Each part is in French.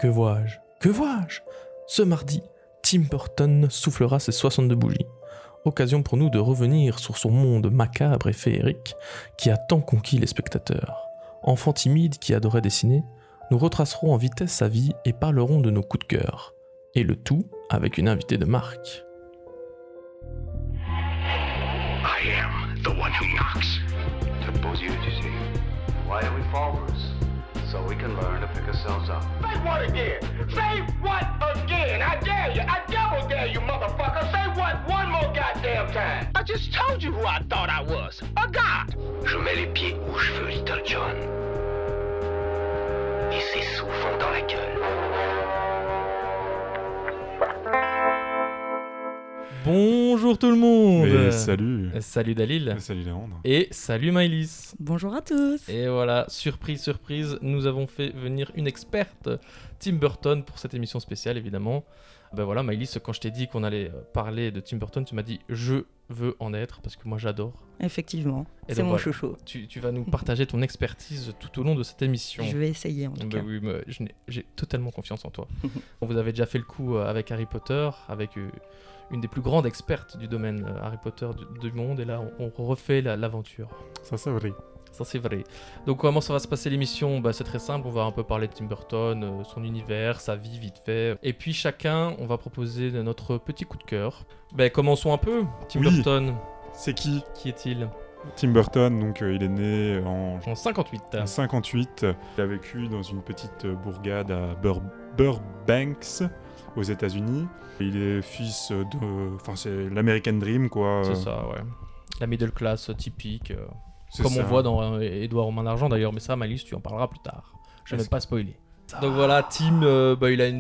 Que vois-je ? Que vois-je ? Ce mardi, Tim Burton soufflera ses 62 bougies. Occasion pour nous de revenir sur son monde macabre et féerique qui a tant conquis les spectateurs. Enfant timide qui adorait dessiner, nous retracerons en vitesse sa vie et parlerons de nos coups de cœur. Et le tout avec une invitée de marque. I am the one who knocks. To pose you, tu sais. Why do we fall, Bruce? So we can learn to pick ourselves up. Say what again? Say what again? I dare you. I double dare you, motherfucker. Say what one more goddamn time. I just told you who I thought I was. A god. Je mets les pieds où je veux, Little John. Et ses sous vont dans la gueule. Bonjour tout le monde. Et salut. Salut Dalil. Salut Léandre. Et salut Maëlys. Bonjour à tous. Et voilà, surprise, nous avons fait venir une experte, Tim Burton, pour cette émission spéciale évidemment. Ben voilà, Maëlys, quand je t'ai dit qu'on allait parler de Tim Burton, tu m'as dit je veux en être parce que moi j'adore. Effectivement, Et c'est donc mon voilà, chouchou. Tu vas nous partager ton expertise tout au long de cette émission. Je vais essayer en tout cas. Oui, mais j'ai totalement confiance en toi. Vous avez déjà fait le coup avec Harry Potter, avec une des plus grandes expertes du domaine Harry Potter du monde, et là on refait l'aventure. Ça c'est vrai. Ça c'est vrai. Donc comment ça va se passer l'émission ? C'est très simple, on va un peu parler de Tim Burton, son univers, sa vie vite fait. Et puis chacun, on va proposer notre petit coup de cœur. Commençons un peu. Tim Burton, C'est qui ? qui est-il ? Tim Burton, donc il est né en En 58. 58. Il a vécu dans une petite bourgade à Burbanks, aux États-Unis. Il est fils de... Enfin, c'est l'American Dream, quoi. C'est ça, ouais. La middle class typique. C'est Comme ça. on voit dans Édouard aux mains d'argent d'ailleurs, mais ça, Maëlys, tu en parleras plus tard. Je ne vais Est-ce pas spoiler. Donc voilà, Tim, il a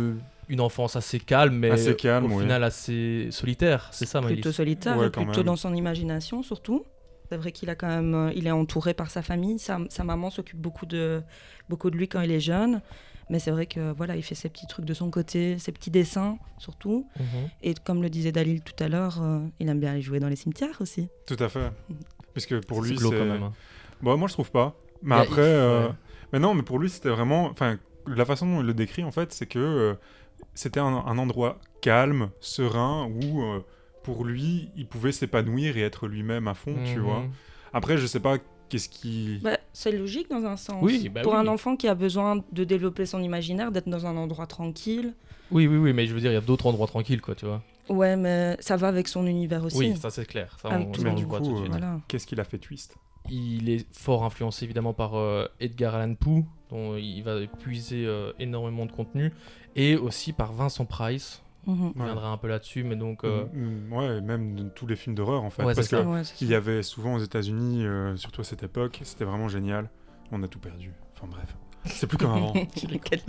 une enfance assez calme, mais Assez calme, au oui. final assez solitaire. C'est ça, Maëlys ? Plutôt solitaire Ouais, et quand plutôt même. dans son imagination surtout. C'est vrai qu'il a quand même, il est entouré par sa famille. Sa maman s'occupe beaucoup de lui quand il est jeune. Mais c'est vrai que voilà, il fait ses petits trucs de son côté, ses petits dessins surtout. Et comme le disait Dalil tout à l'heure, il aime bien aller jouer dans les cimetières aussi. Tout à fait. Puisque pour lui, glauque c'est... quand même. Hein. Bon, moi je trouve pas. Mais Il y a- après... ouais. Mais non, mais pour lui c'était vraiment... Enfin, la façon dont il le décrit en fait, c'est que c'était un endroit calme, serein, où pour lui, il pouvait s'épanouir et être lui-même à fond, tu Mhm. vois. Après, je sais pas qu'est-ce qui... C'est logique dans un sens. Oui, Pour oui. un enfant qui a besoin de développer son imaginaire, d'être dans un endroit tranquille. Oui, mais je veux dire, il y a d'autres endroits tranquilles, quoi, tu vois. Ouais, mais ça va avec son univers aussi. Oui, ça c'est clair. Ça, Avec on tout. le Mais du voit coup, tout de suite. Voilà. qu'est-ce qu'il a fait twist ? Il est fort influencé évidemment par Edgar Allan Poe, dont il va puiser énormément de contenu, et aussi par Vincent Price. Mhm. On viendra un peu là-dessus, mais donc... Ouais, même de tous les films d'horreur en fait. Ouais, Parce c'est que ça. Ouais, c'est il ça. y avait souvent aux États-Unis, surtout à cette époque, c'était vraiment génial. On a tout perdu. Enfin bref, c'est plus comme avant. Quel-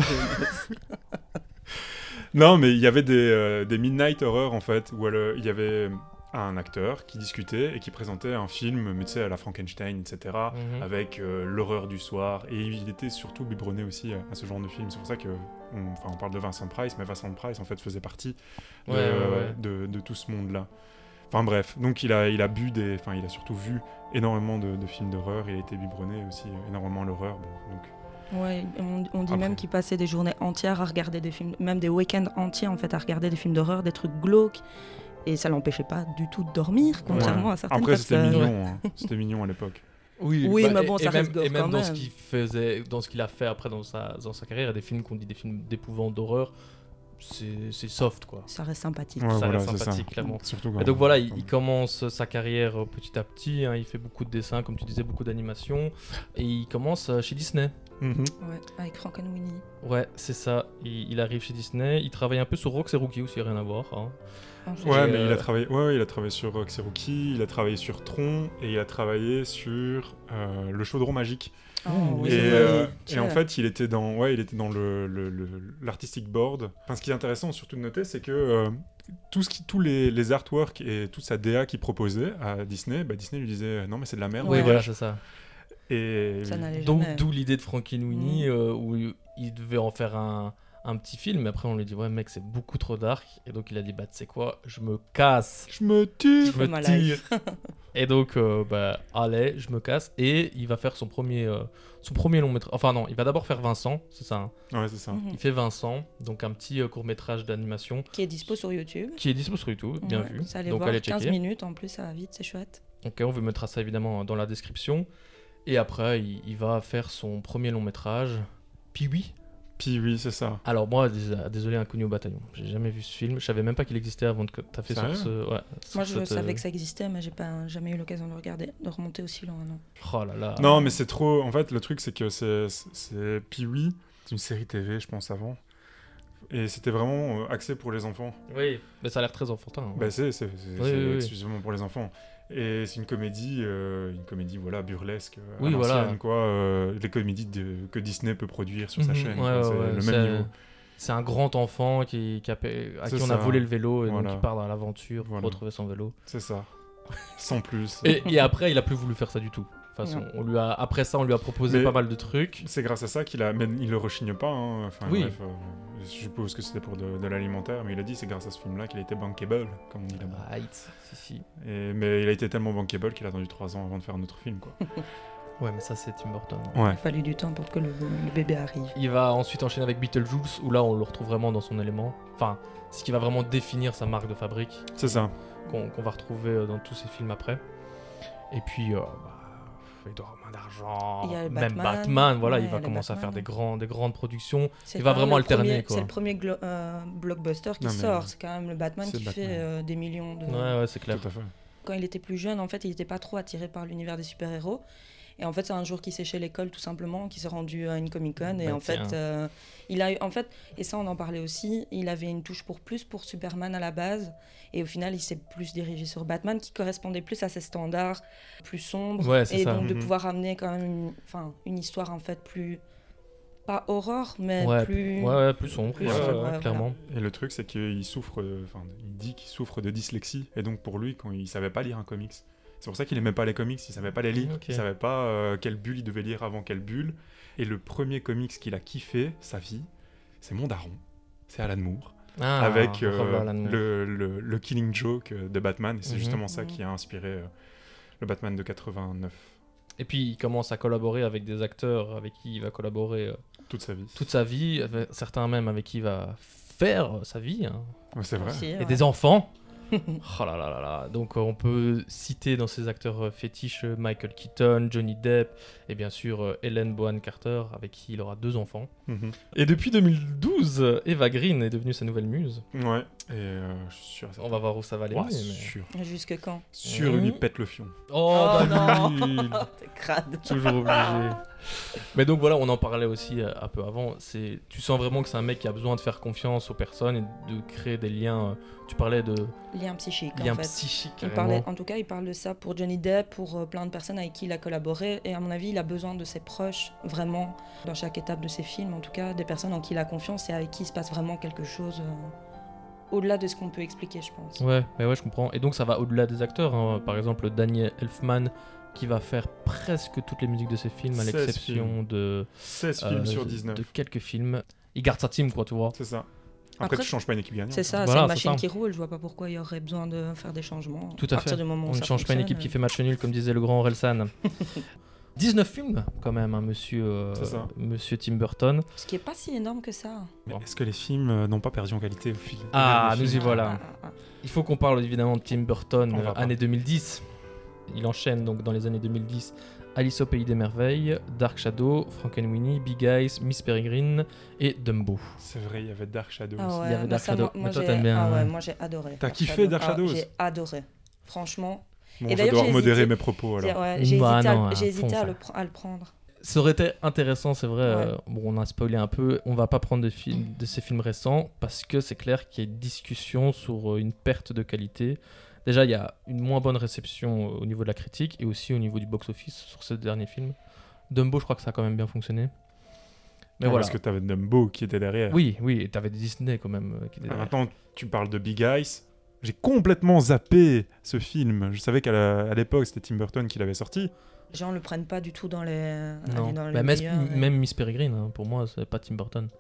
Non, mais il y avait des Midnight Horror en fait, où il y avait un acteur qui discutait et qui présentait un film, mais tu sais, à la Frankenstein, etc., Mhm. avec l'horreur du soir. Et il était surtout biberonné aussi à ce genre de film. C'est pour ça que on parle de Vincent Price, mais Vincent Price en fait faisait partie Ouais. de tout ce monde-là. Enfin bref, donc il a surtout vu énormément de films d'horreur. Il a été biberonné aussi énormément à l'horreur. Bon, donc Ouais, on dit Après. même qu'il passait des journées entières à regarder des films, même des week-ends entiers en fait, à regarder des films d'horreur, des trucs glauques. Et ça l'empêchait pas du tout de dormir, contrairement ouais. à certaines Après c'était personnes. mignon, hein. C'était mignon à l'époque. Oui, mais bon, ça reste gore et même quand dans même. ce qu'il faisait, dans ce qu'il a fait après dans sa carrière, il y a des films qu'on dit des films d'épouvante, d'horreur, c'est soft quoi. Ça reste sympathique. Ouais, Ça voilà, reste c'est ça. sympathique, clairement. Surtout Et donc voilà, il commence sa carrière petit à petit, hein, il fait beaucoup de dessins, comme tu disais, beaucoup d'animations, et il commence chez Disney. Mhm. Ouais, avec Frankenweenie. Ouais, c'est ça, il arrive chez Disney, il travaille un peu sur Rox et Rookie aussi, rien à voir. Hein. Ouais, Et, mais il a travaillé sur Rox et Rookie, il a travaillé sur Tron et il a travaillé sur le Chaudron Magique. Oh, oui, Et en fait, il était dans l'artistic board. Enfin, ce qui est intéressant surtout de noter, c'est que tous les artworks et toute sa DA qu'il proposait à Disney, Disney lui disait non mais c'est de la merde. Oui, Ouais. voilà, c'est ça. Et Ça n'allait Donc, jamais. d'où l'idée de Frankenweenie, où il devait en faire un un petit film, mais après on lui dit ouais mec c'est beaucoup trop dark, et donc il a dit bah tu sais quoi, je me casse, Je me tire. je me ma tire. life. Et donc bah allez, je me casse, et il va faire son premier long métrage. Enfin non, il va d'abord faire Vincent, c'est ça. Hein. Ouais, c'est ça. Il fait Vincent, donc un petit court métrage d'animation Qui est dispo sur YouTube. qui est dispo sur YouTube, bien Ouais, vu. Ça allait Donc voir allez 15 checker. minutes en plus, ça va vite, c'est chouette. Ok, on vous mettra ça évidemment dans la description. Et après, il va faire son premier long métrage, Pee-wee. Puis oui, c'est ça. Alors moi, désolé, Inconnu au bataillon. J'ai jamais vu ce film. Je savais même pas qu'il existait avant de taper sur Sérieux ce. Ouais, sur Moi, je cette, savais que ça existait, mais j'ai pas jamais eu l'occasion de le regarder, de remonter aussi loin. Non. Oh là là. Non, mais c'est trop. En fait, le truc, c'est que c'est Pee-wee. C'est une série TV, je pense, avant. Et c'était vraiment axé pour les enfants. Oui, mais ça a l'air très enfantin. Hein. Bah, c'est oui. exclusivement pour les enfants. Et c'est une comédie voilà, burlesque, à Oui, l'ancienne, voilà. quoi. Les comédies que Disney peut produire sur sa chaîne. Ouais, quoi. C'est ouais, le c'est- même niveau. C'est un grand enfant à qui C'est on a ça. volé le vélo, et Voilà. donc il part dans l'aventure pour Voilà. retrouver son vélo. C'est ça. Sans plus. Et après, il a plus voulu faire ça du tout. De toute façon, après ça, on lui a proposé Mais- pas mal de trucs. C'est grâce à ça qu'il a. Mais il le rechigne pas. Hein. Enfin, Oui. bref, je suppose que c'était pour de l'alimentaire, mais il a dit c'est grâce à ce film-là qu'il a été bankable, comme on dit là-bas. Right, si. Mais il a été tellement bankable qu'il a attendu 3 ans avant de faire un autre film, quoi. Ouais, mais ça, c'est Tim Burton. Ouais. Il a fallu du temps pour que le bébé arrive. Il va ensuite enchaîner avec Beetlejuice, où là, on le retrouve vraiment dans son élément. Enfin, ce qui va vraiment définir sa marque de fabrique, C'est ça. qu'on va retrouver dans tous ses films après. Et puis, il doit avoir main d'argent. Il y a le Même Batman. Batman, voilà, Ouais, il va le commencer à faire Batman. des grandes productions. C'est Il va quand même vraiment le alterner, premier- quoi. C'est le premier blockbuster qui Non, mais sort. C'est quand même le Batman c'est qui Batman. fait des millions de. Ouais, c'est clair. Tout à fait. Quand il était plus jeune, en fait, il n'était pas trop attiré par l'univers des super-héros. Et en fait, c'est un jour qu'il séchait l'école, tout simplement, qu'il s'est rendu à une Comic-Con. Et Bah, en fait, tiens. il a eu, en fait, et ça, on en parlait aussi, il avait une touche pour Superman à la base. Et au final, il s'est plus dirigé sur Batman, qui correspondait plus à ses standards, plus sombres. Ouais, c'est et ça. donc, de Mhm. pouvoir amener quand même une histoire, en fait, plus. Pas horreur, mais Ouais, plus. ouais, plus sombre, plus ouais, sombre, ouais, ouais, clairement. Et le truc, c'est qu'il souffre. Enfin, il dit qu'il souffre de dyslexie. Et donc, pour lui, quand il savait pas lire un comics, c'est pour ça qu'il aimait pas les comics. Il savait pas les lire. Ok. Il savait pas quelle bulle il devait lire avant quelle bulle. Et le premier comics qu'il a kiffé, sa vie, c'est Mon Daron. C'est Alan Moore. Ah, Avec Robert Alan Moore. le Killing Joke de Batman. Et c'est Mhm. justement ça Mhm. qui a inspiré le Batman de 89 Et puis il commence à collaborer avec des acteurs avec qui il va collaborer toute sa vie. toute sa vie, avec certains même avec qui il va faire sa vie, hein. Ouais, c'est vrai. Aussi, Et ouais. des enfants. Oh là là là là. Donc on peut citer dans ses acteurs fétiches Michael Keaton, Johnny Depp et bien sûr Helen Bonham Carter avec qui il aura 2 enfants. Mhm. Et depuis 2012, Eva Green est devenue sa nouvelle muse. Ouais. Et je suis sûr. On va voir où ça va aller. Ouais, mais- sûr. Jusque quand Sûr, il lui pète le fion. Oh, Oh bah, non. nul. T'es crade. Toujours obligé. Mais donc voilà, on en parlait aussi un peu avant. Tu sens vraiment que c'est un mec qui a besoin de faire confiance aux personnes et de créer des liens. Tu parlais de Lien psychique, liens en fait. psychiques. Il carrément. parlait, en tout cas, il parle de ça pour Johnny Depp, pour plein de personnes avec qui il a collaboré. Et à mon avis, il a besoin de ses proches, vraiment, dans chaque étape de ses films, en tout cas, des personnes en qui il a confiance et avec qui il se passe vraiment quelque chose au-delà de ce qu'on peut expliquer, je pense. Ouais, mais ouais, je comprends. Et donc ça va au-delà des acteurs. Hein. Par exemple, Daniel Elfman qui va faire presque toutes les musiques de ses films, à 16 l'exception de 16 films sur 19. de quelques films. Il garde sa team, quoi, tu vois. C'est ça. Après, Après, tu changes pas une équipe gagnante. C'est ça, Voilà, c'est une c'est machine ça. qui roule. Je vois pas pourquoi il y aurait besoin de faire des changements. Tout à partir fait. du moment où On ne ça change pas une équipe qui fonctionne, fait match nul, comme disait le grand Orelsan. 19 films, quand même, hein, monsieur, C'est ça. monsieur Tim Burton. Ce qui est pas si énorme que ça. Mais est-ce que les films n'ont pas perdu en qualité au fil Ah, des nous y films voilà. Il faut qu'on parle évidemment de Tim Burton, On va pas. année 2010. Il enchaîne donc dans les années 2010 Alice au Pays des Merveilles, Dark Shadow, Frankenweenie, Big Eyes, Miss Peregrine et Dumbo. C'est vrai, il y avait Dark Shadows. Ah ouais, Il y avait bah Dark ça, Shadow. moi, Mais toi, j'ai- t'aimes bien, Ah ouais, hein. moi j'ai adoré. T'as kiffé Dark Shadows J'ai adoré. Franchement. Bon, Et je d'ailleurs, dois j'ai modérer hésité. mes propos alors. Ouais, j'ai Bah hésité, non, j'ai à hésité fond, à le prendre. Ça aurait été intéressant, c'est vrai. Ouais. Bon, on a spoilé un peu. On va pas prendre de ces films récents parce que c'est clair qu'il y a une discussion sur une perte de qualité. Déjà, il y a une moins bonne réception au niveau de la critique et aussi au niveau du box-office sur ce dernier film. Dumbo, je crois que ça a quand même bien fonctionné. Mais voilà. Parce que t'avais Dumbo qui était derrière. Oui, oui, et t'avais Disney quand même qui était Ah, derrière. maintenant, tu parles de Big Eyes. J'ai complètement zappé ce film. Je savais qu'à l'époque, c'était Tim Burton qui l'avait sorti. Les gens le prennent pas du tout dans les. Non. dans les Bah, meilleurs, même Miss Peregrine, hein, pour moi, c'est pas Tim Burton.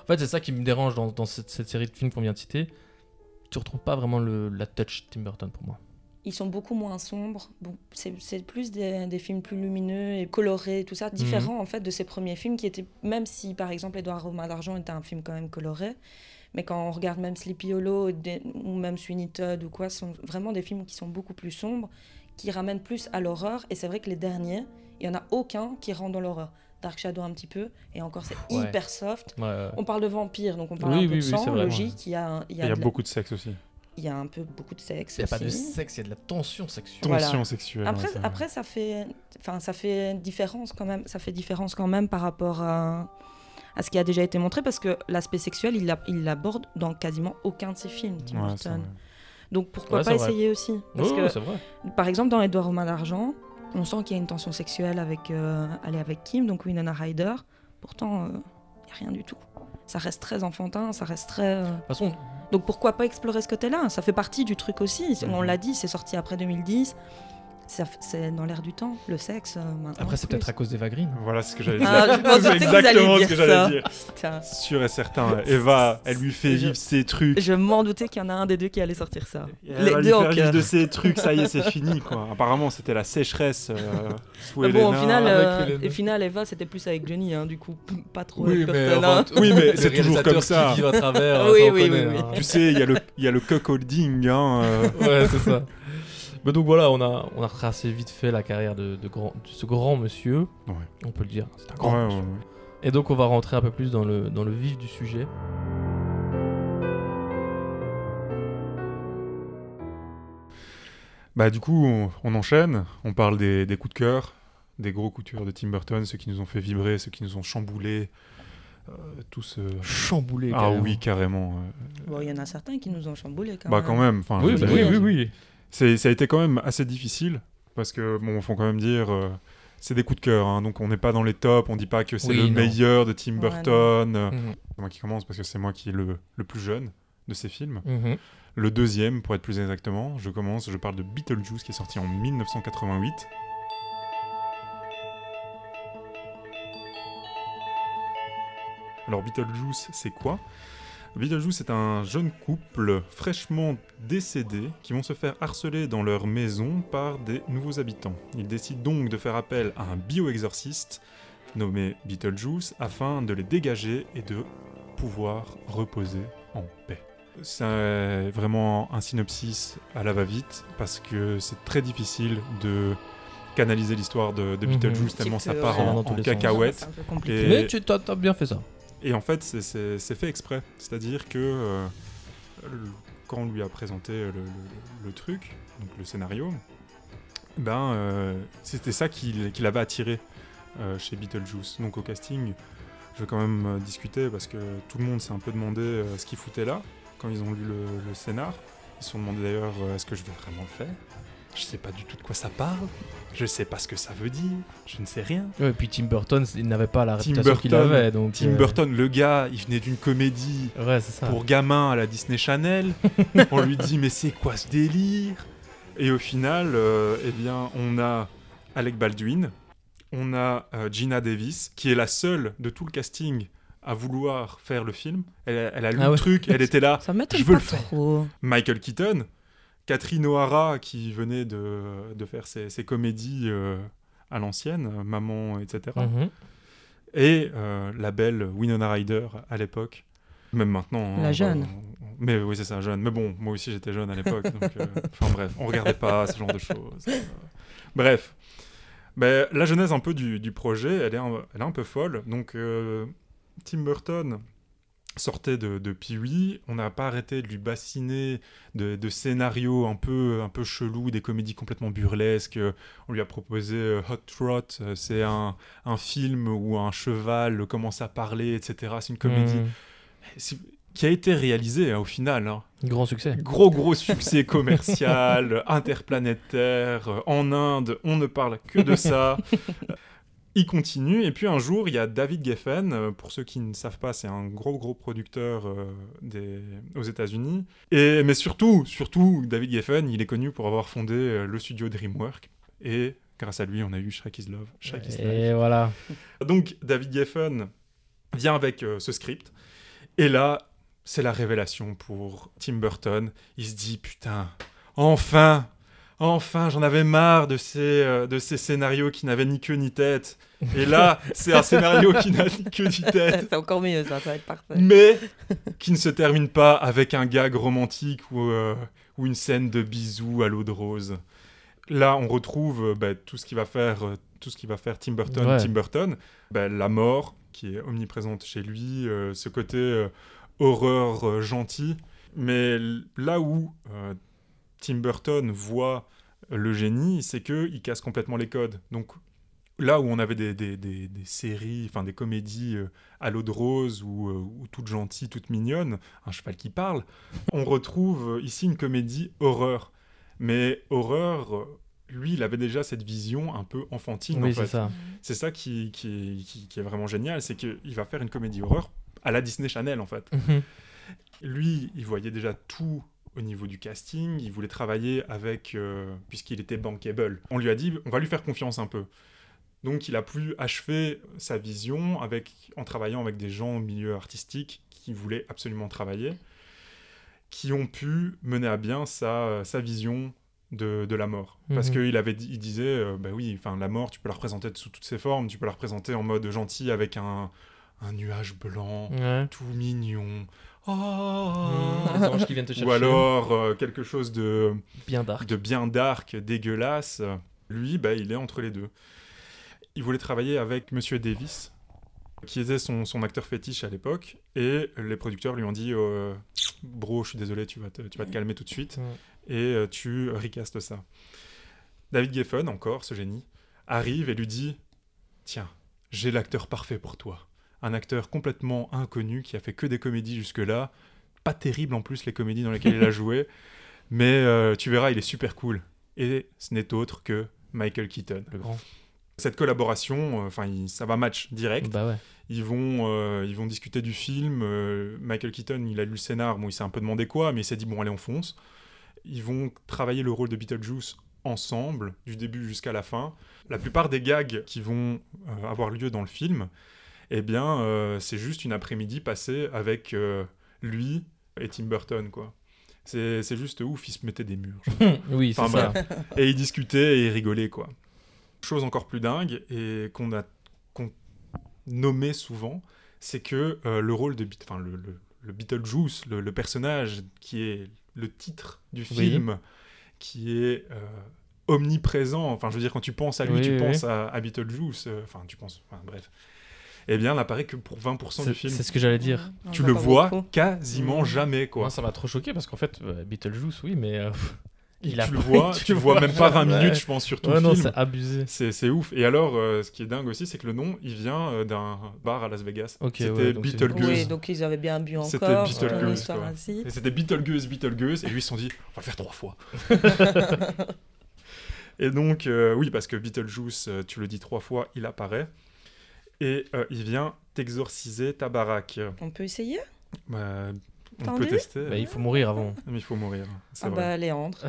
En fait, c'est ça qui me dérange dans cette série de films qu'on vient de citer. Tu retrouves pas vraiment la touch Tim Burton pour moi. Ils sont beaucoup moins sombres. Bon, c'est plus des films plus lumineux et colorés, tout ça, différents en fait de ces premiers films qui étaient, même si par exemple Edouard aux mains d'argent était un film quand même coloré, mais quand on regarde même Sleepy Hollow ou même Sweeney Todd ou quoi, sont vraiment des films qui sont beaucoup plus sombres, qui ramènent plus à l'horreur. Et c'est vrai que les derniers, il y en a aucun qui rentre dans l'horreur. Dark Shadow un petit peu, et encore c'est hyper soft. Ouais. On parle de vampires, donc on parle un peu de sang, c'est vrai, logique. Il y a beaucoup de sexe aussi. Il y a un peu beaucoup de sexe. Il n'y a aussi. pas de sexe, il y a de la tension sexuelle. Tension sexuelle. Après, ça fait différence quand même. Ça fait différence quand même par rapport à ce qui a déjà été montré, parce que l'aspect sexuel, il l'aborde dans quasiment aucun de ses films, Tim Burton. Donc pourquoi pas essayer aussi, parce que c'est vrai. Par exemple dans Edouard aux mains d'argent, on sent qu'il y a une tension sexuelle avec Kim, donc Winona Ryder. Pourtant, il n'y a rien du tout. Ça reste très enfantin, ça reste très... De toute façon... Donc pourquoi pas explorer ce côté-là ? Ça fait partie du truc aussi. On l'a dit, c'est sorti après 2010. C'est dans l'air du temps, le sexe. Après, c'est peut-être à cause d'Eva Green. Voilà, c'est ce que j'allais dire. C'est exactement ce que j'allais dire. Putain. Sûr et certain. Eva, elle lui fait vivre ses trucs. Je m'en doutais qu'il y en a un des deux qui allait sortir ça. Elle va lui faire vivre de ses trucs, ça y est, c'est fini, quoi. Apparemment, c'était la sécheresse sous Elena. Bon, au final, Eva, c'était plus avec Johnny, hein, du coup, pas trop. Oui, mais c'est toujours comme ça. Qui vivent à travers, oui. Tu sais, il y a le cuckolding. Ouais, c'est ça. Mais donc voilà, on a retracé vite fait la carrière de ce grand monsieur. Ouais. On peut le dire, c'est un grand monsieur. Ouais. Et donc on va rentrer un peu plus dans le vif du sujet. Bah du coup, on enchaîne. On parle des coups de cœur, des gros coups de cœur de Tim Burton, ceux qui nous ont fait vibrer, ceux qui nous ont chamboulés. Tous chamboulés. Ah carrément. Oui, carrément. Bon, il y en a certains qui nous ont chamboulés quand même. Bah quand même. Oui. Ça a été quand même assez difficile, parce que, bon, faut quand même dire, c'est des coups de cœur, hein, donc on n'est pas dans les tops, on dit pas que c'est le meilleur de Tim Burton. C'est moi qui commence, parce que c'est moi qui est le plus jeune de ces films. Le deuxième, pour être plus exactement, je parle de Beetlejuice, qui est sorti en 1988. Alors Beetlejuice, c'est quoi ? Beetlejuice, c'est un jeune couple fraîchement décédé qui vont se faire harceler dans leur maison par des nouveaux habitants. Ils décident donc de faire appel à un bioexorciste nommé Beetlejuice afin de les dégager et de pouvoir reposer en paix. C'est vraiment un synopsis à la va-vite parce que c'est très difficile de canaliser l'histoire de Beetlejuice tellement ça part en cacahuète. Mais tu as bien fait ça. Et en fait, c'est fait exprès. C'est-à-dire que quand on lui a présenté le truc, donc le scénario, c'était ça qui l'avait attiré chez Beetlejuice. Donc au casting, je vais quand même discuter parce que tout le monde s'est un peu demandé ce qu'ils foutaient là quand ils ont lu le scénar. Ils se sont demandé d'ailleurs est-ce que je vais vraiment le faire ? Je sais pas du tout de quoi ça parle, je sais pas ce que ça veut dire, je ne sais rien. Ouais, et puis Tim Burton, il n'avait pas la réputation qu'il avait. Donc Tim Burton, le gars, il venait d'une comédie pour gamins à la Disney Channel. On lui dit mais c'est quoi ce délire ? Et au final, on a Alec Baldwin, on a Gina Davis, qui est la seule de tout le casting à vouloir faire le film. Elle a lu le truc, elle était là, je veux le faire. Michael Keaton, Catherine O'Hara, qui venait de faire ses comédies à l'ancienne, Maman, etc. Et la belle Winona Ryder à l'époque. Même maintenant. La jeune. Mais oui, c'est ça, jeune. Mais bon, moi aussi j'étais jeune à l'époque. Enfin bref, on regardait pas ce genre de choses. Bref. La genèse un peu du projet, elle est un peu folle. Donc Tim Burton sortait de Pee-wee, on n'a pas arrêté de lui bassiner de scénarios un peu chelous, des comédies complètement burlesques. On lui a proposé Hot Rod, c'est un film où un cheval commence à parler, etc. C'est une comédie qui a été réalisée au final. Grand succès. Gros succès commercial, interplanétaire, en Inde, on ne parle que de ça. Il continue, et puis un jour, il y a David Geffen, pour ceux qui ne savent pas, c'est un gros producteur aux États-Unis. Mais surtout, David Geffen, il est connu pour avoir fondé le studio DreamWorks, et grâce à lui, on a eu Shrek is Love, Shrek is Life. Et voilà. Donc, David Geffen vient avec ce script, Et là, c'est la révélation pour Tim Burton. Il se dit, putain, enfin, j'en avais marre de ces scénarios qui n'avaient ni queue ni tête. Et là, c'est un scénario qui n'a ni queue ni tête. C'est encore mieux, ça va être parfait. Mais qui ne se termine pas avec un gag romantique ou une scène de bisous à l'eau de rose. Là, on retrouve tout ce qui va faire Tim Burton. Ouais. Tim Burton, la mort qui est omniprésente chez lui, ce côté horreur gentil. Mais là où Tim Burton voit le génie, c'est qu'il casse complètement les codes. Donc là où on avait des séries, enfin des comédies à l'eau de rose ou toutes gentilles, toutes mignonnes, un cheval qui parle, on retrouve ici une comédie horreur. Mais horreur, lui, il avait déjà cette vision un peu enfantine. Oui, en fait. c'est ça. C'est ça qui est vraiment génial, c'est qu'il va faire une comédie horreur à la Disney Channel, en fait. Lui, il voyait déjà tout au niveau du casting, il voulait travailler avec, puisqu'il était bankable. On lui a dit, on va lui faire confiance un peu. Donc il a pu achever sa vision en travaillant avec des gens au milieu artistique qui voulaient absolument travailler, qui ont pu mener à bien sa vision de la mort. Parce qu'il disait, la mort, tu peux la représenter sous toutes ses formes, tu peux la représenter en mode gentil avec un nuage blanc, tout mignon. Les anges qui viennent te chercher. Ou alors quelque chose de bien dark, dégueulasse. Lui, il est entre les deux. Il voulait travailler avec Monsieur Davis, qui était son acteur fétiche à l'époque, et les producteurs lui ont dit bro, je suis désolé, tu vas te calmer tout de suite, et tu recastes ça. David Geffen, encore, ce génie, arrive et lui dit, tiens, j'ai l'acteur parfait pour toi. Un acteur complètement inconnu qui a fait que des comédies jusque-là, pas terrible en plus les comédies dans lesquelles il a joué, mais tu verras, il est super cool. Et ce n'est autre que Michael Keaton, le grand. Cette collaboration, ça va match direct. Ouais. Ils vont discuter du film. Michael Keaton, il a lu le scénar. Bon, il s'est un peu demandé quoi, mais il s'est dit, bon, allez, on fonce. Ils vont travailler le rôle de Beetlejuice ensemble, du début jusqu'à la fin. La plupart des gags qui vont avoir lieu dans le film, c'est juste une après-midi passée avec lui et Tim Burton, quoi. C'est juste ouf, ils se mettaient des murs. Oui, c'est ça. Et ils discutaient et ils rigolaient, quoi. Chose encore plus dingue, et qu'on nommé souvent, c'est que le rôle de le Beetlejuice, le personnage qui est le titre du film, qui est omniprésent, enfin je veux dire, quand tu penses à lui, tu penses à Beetlejuice, bref. Eh bien, n'apparaît que pour 20% du film. C'est ce que j'allais dire. Tu le vois quasiment jamais, quoi. Moi, ça m'a trop choqué, parce qu'en fait, Beetlejuice, oui, mais... tu le vois même pas 20 minutes, je pense, sur tout le film. Non, c'est abusé. C'est ouf. Et alors, ce qui est dingue aussi, c'est que le nom, il vient d'un bar à Las Vegas. C'était Beetlejuice. Oui, donc ils avaient bien bu encore. C'était Beetlejuice. Et c'était Beetlejuice, et lui, ils se sont dit, on va le faire 3 fois. Et donc, oui, parce que Beetlejuice, tu le dis 3 fois, il apparaît. Et il vient t'exorciser ta baraque. On peut essayer ? On peut tester. Il faut mourir avant. Mais il faut mourir, c'est vrai. Allez, entre.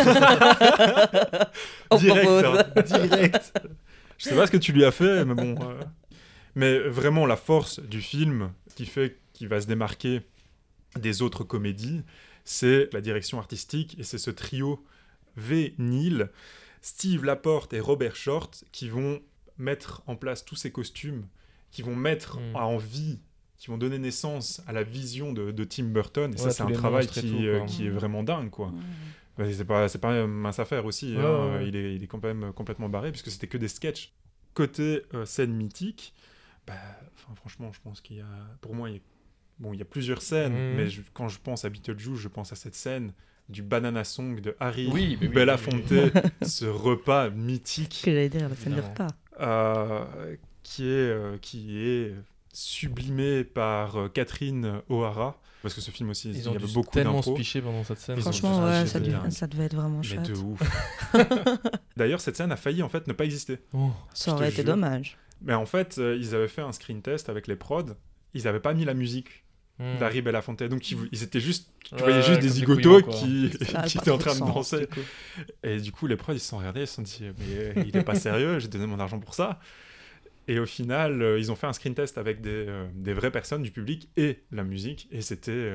Direct. Je sais pas ce que tu lui as fait, mais bon. Mais vraiment, la force du film qui fait qu'il va se démarquer des autres comédies, c'est la direction artistique, et c'est ce trio V. Neil, Steve Laporte et Robert Short qui vont mettre en place tous ces costumes, qui vont mettre en vie, qui vont donner naissance à la vision de Tim Burton. Et ça, c'est un travail qui est vraiment dingue, quoi. C'est pas mince affaire aussi. Il est quand même complètement barré, puisque c'était que des sketchs. Côté scène mythique, franchement, je pense qu'il y a... Pour moi, il y a plusieurs scènes, mais quand je pense à Beetlejuice, je pense à cette scène du Banana Song de Harry Belafonte, ce repas mythique. Que j'allais dire, la scène de repas. Qui est sublimé par Catherine O'Hara, parce que ce film aussi, il y avait beaucoup tellement d'impro. Se picher pendant cette scène. Franchement, ça devait être vraiment chouette. Mais de ouf. D'ailleurs, cette scène a failli en fait ne pas exister. Ça aurait été dommage. Mais en fait, ils avaient fait un screen test avec les prods, ils n'avaient pas mis la musique d'Harry Belafonte, donc ils étaient juste, tu voyais juste des zigotos qui étaient en train de danser. Et du coup, les prods, ils se sont regardés, ils se sont dit, mais il est pas sérieux, j'ai donné mon argent pour ça. Et au final, ils ont fait un screen test avec des vraies personnes du public et la musique, et c'était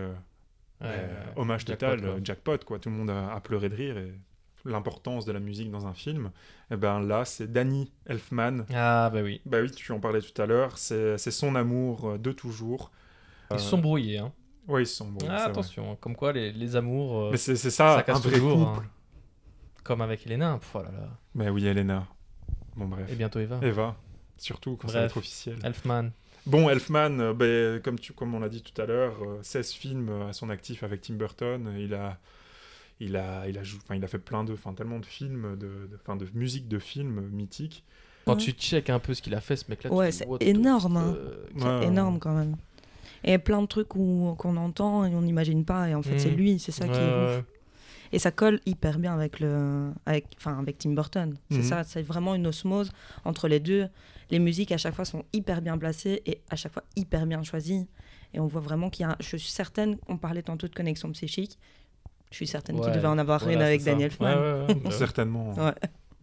hommage total, jackpot, quoi. Tout le monde a pleuré de rire, et l'importance de la musique dans un film, et ben là, c'est Danny Elfman. Ah, bah oui. Bah oui, tu en parlais tout à l'heure, c'est son amour de toujours. Ils se sont brouillés, hein. Oui, ils se sont brouillés. Ah, attention, comme quoi les amours. Mais c'est ça casse un vrai toujours, couple. hein. Comme avec Elena. Oh là là. Mais oui, Elena. Bon, bref. Et bientôt Eva. Eva, surtout quand ça va être officiel. Elfman. Bon, Elfman, comme on l'a dit tout à l'heure, 16 films à son actif avec Tim Burton. Il a fait tellement de films, de musique de films mythiques. Quand tu checkes un peu ce qu'il a fait, ce mec-là, ouais, c'est énorme. C'est énorme quand même. Et plein de trucs qu'on entend et on n'imagine pas, et en fait c'est lui, c'est ça qui est ouf. Et ça colle hyper bien avec Tim Burton. C'est ça, c'est vraiment une osmose entre les deux. Les musiques à chaque fois sont hyper bien placées et à chaque fois hyper bien choisies. Et on voit vraiment qu'il y a, je suis certaine, on parlait tantôt de connexion psychique, je suis certaine qu'il devait en avoir une avec Danny Elfman. Certainement. Ouais.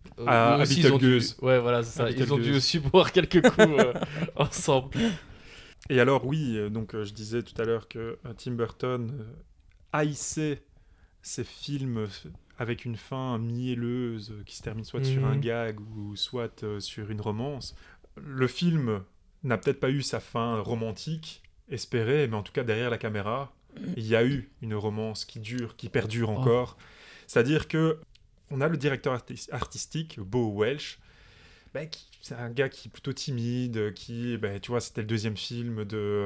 À Beetlejuice. Ouais, voilà, c'est ça. Ils ont dû aussi boire quelques coups ensemble. Et alors, oui, donc je disais tout à l'heure que Tim Burton haïssait ces films avec une fin mielleuse qui se termine soit sur un gag ou soit sur une romance. Le film n'a peut-être pas eu sa fin romantique espérée, mais en tout cas, derrière la caméra, il y a eu une romance qui dure, qui perdure encore. C'est-à-dire que on a le directeur artistique, Bo Welch, c'est un gars qui est plutôt timide, tu vois, c'était le deuxième film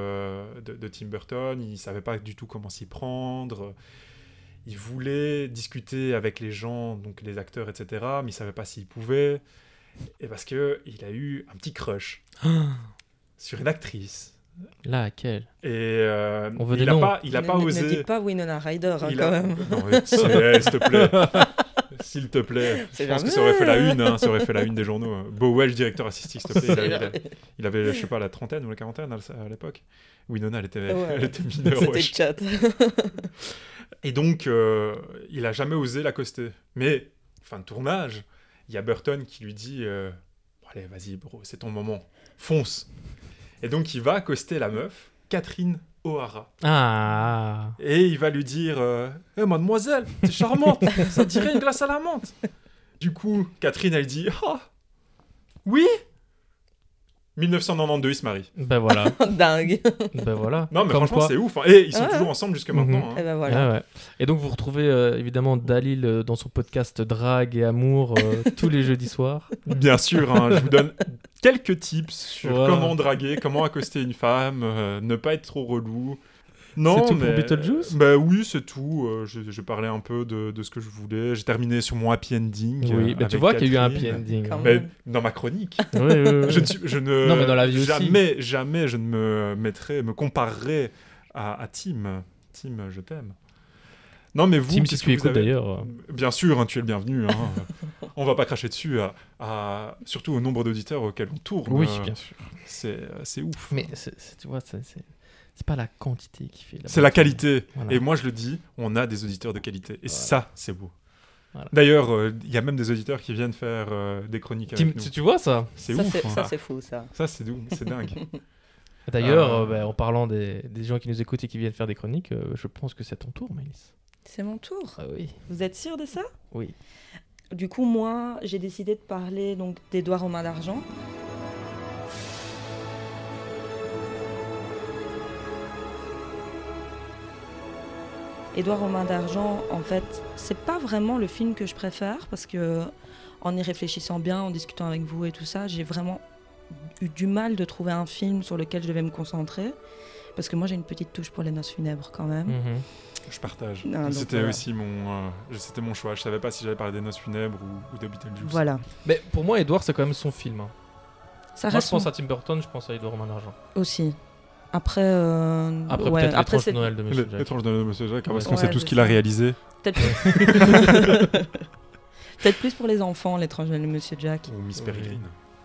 de Tim Burton, il savait pas du tout comment s'y prendre, il voulait discuter avec les gens, donc les acteurs, etc., mais il savait pas s'il pouvait, et parce que il a eu un petit crush sur une actrice. Laquelle ? Et on veut des noms. Il a pas osé. Ne dis pas Winona Ryder, quand même. Non, s'il te plaît. S'il te plaît. Je pense que ça aurait fait la une, ça aurait fait la une des journaux. Bo Welch, directeur artistique, s'il te plaît. Il avait, je sais pas, la trentaine ou la quarantaine à l'époque. Winona, elle était mineure. C'était chat. Et donc, il a jamais osé l'accoster. Mais, fin de tournage, il y a Burton qui lui dit allez, vas-y, bro, c'est ton moment. Fonce. Et donc, il va accoster la meuf, Catherine O'Hara. Ah. Et il va lui dire mademoiselle, t'es charmante, ça dirait une glace à la menthe. Du coup, Catherine, elle dit oui. 1992, ils se marient. Ben voilà. Dingue. Ben voilà. Non, mais comme franchement, c'est ouf. Hein. Et ils sont toujours ensemble jusque maintenant. Hein. Et ben voilà. Ouais. Et donc, vous retrouvez évidemment Dalil dans son podcast Drague et Amour tous les jeudis soirs. Bien sûr, hein, je vous donne quelques tips sur comment draguer, comment accoster une femme, ne pas être trop relou. Non, c'est tout pour Beetlejuice ? Bah oui, c'est tout. Je parlais un peu de ce que je voulais. J'ai terminé sur mon happy ending. Oui, tu vois qu'il y a eu un happy ending. Dans ma chronique. Oui. Non, mais dans la vie jamais je ne me comparerai à Tim. Tim, je t'aime. Non, mais vous, Tim, si tu écoutes d'ailleurs. Bien sûr, hein, tu es le bienvenu. Hein. On va pas cracher dessus, surtout au nombre d'auditeurs auxquels on tourne. Oui, bien sûr. C'est ouf. Mais tu vois, c'est pas la quantité qui fait. C'est la qualité. Voilà. Et moi, je le dis, on a des auditeurs de qualité. Et ça, c'est beau. Voilà. D'ailleurs, il y a même des auditeurs qui viennent faire des chroniques avec nous. Tu vois ça ? C'est ouf. Ça, c'est fou, ça. Ça, c'est dingue. D'ailleurs, en parlant des gens qui nous écoutent et qui viennent faire des chroniques, je pense que c'est ton tour, Maëlys. C'est mon tour. Ah oui. Vous êtes sûr de ça ? Oui. Du coup, moi, j'ai décidé de parler donc d'Édouard aux mains d'argent. Édouard aux mains d'argent, en fait, c'est pas vraiment le film que je préfère parce que, en y réfléchissant bien, en discutant avec vous et tout ça, j'ai vraiment eu du mal de trouver un film sur lequel je devais me concentrer parce que moi j'ai une petite touche pour les noces funèbres quand même. Je partage. C'était aussi c'était mon choix. Je savais pas si j'allais parler des noces funèbres ou de Beetlejuice. Voilà. Mais pour moi, Édouard, c'est quand même son film. Hein. Ça moi, je pense à Tim Burton, je pense à Édouard aux mains d'argent. Aussi. Après, peut-être l'étrange Noël de Monsieur Jack. L'étrange Noël de Monsieur Jack, parce qu'on sait tout ce qu'il a réalisé. Peut-être plus pour les enfants, l'étrange Noël de Monsieur Jack. Ou Miss Peregrine.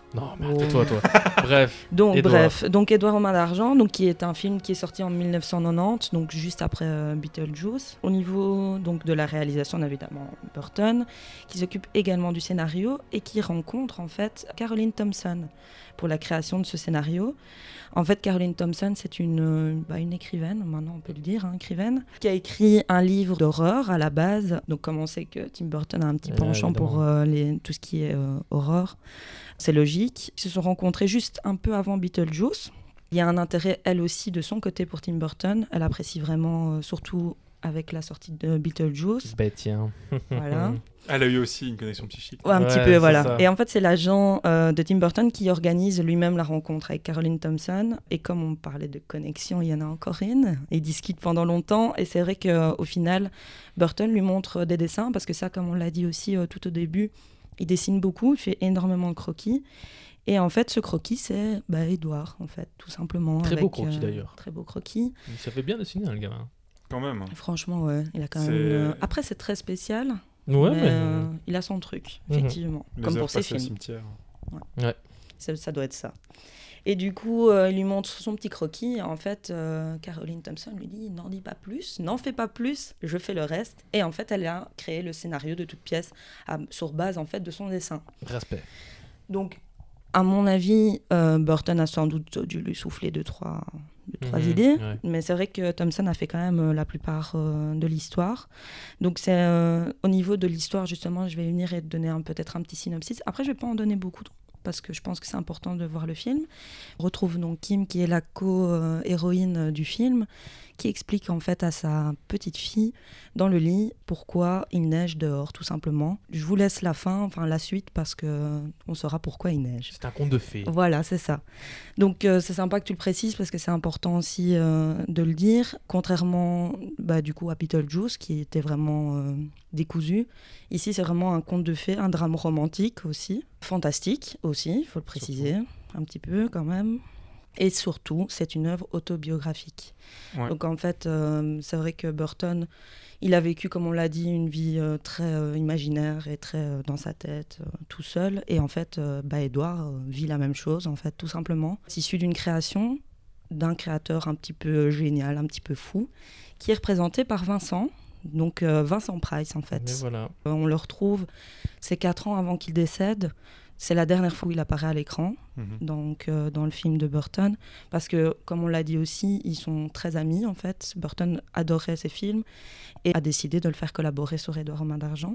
Non, mais tais-toi, toi. Bref. Donc, Edouard. Donc Édouard aux mains d'argent, donc, qui est un film qui est sorti en 1990, donc juste après Beetlejuice. Au niveau donc, de la réalisation, on a évidemment Burton, qui s'occupe également du scénario et qui rencontre en fait Caroline Thompson pour la création de ce scénario. En fait, Caroline Thompson, c'est une écrivaine, maintenant on peut le dire, écrivaine, qui a écrit un livre d'horreur à la base. Donc, comme on sait que Tim Burton a un petit penchant pour tout ce qui est horreur, c'est logique. Ils se sont rencontrés juste un peu avant Beetlejuice. Il y a un intérêt, elle aussi, de son côté pour Tim Burton. Elle apprécie vraiment, surtout avec la sortie de Beetlejuice. Tiens. Voilà. Elle a eu aussi une connexion psychique. Ouais, un petit peu, voilà. Ça. Et en fait, c'est l'agent de Tim Burton qui organise lui-même la rencontre avec Caroline Thompson. Et comme on parlait de connexion, il y en a encore une. Ils discutent pendant longtemps. Et c'est vrai qu'au final, Burton lui montre des dessins. Parce que ça, comme on l'a dit aussi tout au début, il dessine beaucoup, il fait énormément de croquis. Et en fait, ce croquis, c'est Édouard, en fait, tout simplement. Très beau croquis, d'ailleurs. Très beau croquis. Il savait bien dessiner, le gamin. Quand même. Franchement, ouais. Il a quand même... Après, c'est très spécial. Ouais, mais il a son truc, effectivement. Comme pour ses films. Cimetière. Ouais. Ça doit être ça. Et du coup, il lui montre son petit croquis. Et en fait, Caroline Thompson lui dit « N'en dis pas plus, n'en fais pas plus, je fais le reste. » Et en fait, elle a créé le scénario de toute pièce sur base en fait, de son dessin. Respect. Donc, à mon avis, Burton a sans doute dû lui souffler deux, trois idées. Ouais. Mais c'est vrai que Thompson a fait quand même la plupart de l'histoire. Donc, c'est au niveau de l'histoire, justement, je vais venir et te donner peut-être un petit synopsis. Après, je ne vais pas en donner beaucoup, parce que je pense que c'est important de voir le film. On retrouve donc Kim, qui est la co-héroïne du film, qui explique en fait à sa petite fille dans le lit pourquoi il neige dehors, tout simplement. Je vous laisse la suite, parce qu'on saura pourquoi il neige. C'est un conte de fées. Voilà, c'est ça. Donc c'est sympa que tu le précises, parce que c'est important aussi de le dire. Contrairement du coup à Beetlejuice, qui était vraiment décousu, ici c'est vraiment un conte de fées, un drame romantique aussi, fantastique aussi, il faut le préciser, un petit peu quand même. Et surtout, c'est une œuvre autobiographique. Ouais. Donc en fait, c'est vrai que Burton, il a vécu, comme on l'a dit, une vie très imaginaire et très dans sa tête, tout seul. Et en fait, Édouard vit la même chose, en fait, tout simplement. C'est issu d'une création d'un créateur un petit peu génial, un petit peu fou, qui est représenté par Vincent. Donc Vincent Price, en fait. Mais voilà. On le retrouve, c'est 4 ans avant qu'il décède. C'est la dernière fois où il apparaît à l'écran, donc dans le film de Burton, parce que, comme on l'a dit aussi, ils sont très amis, en fait. Burton adorait ces films et a décidé de le faire collaborer sur Édouard aux mains d'argent.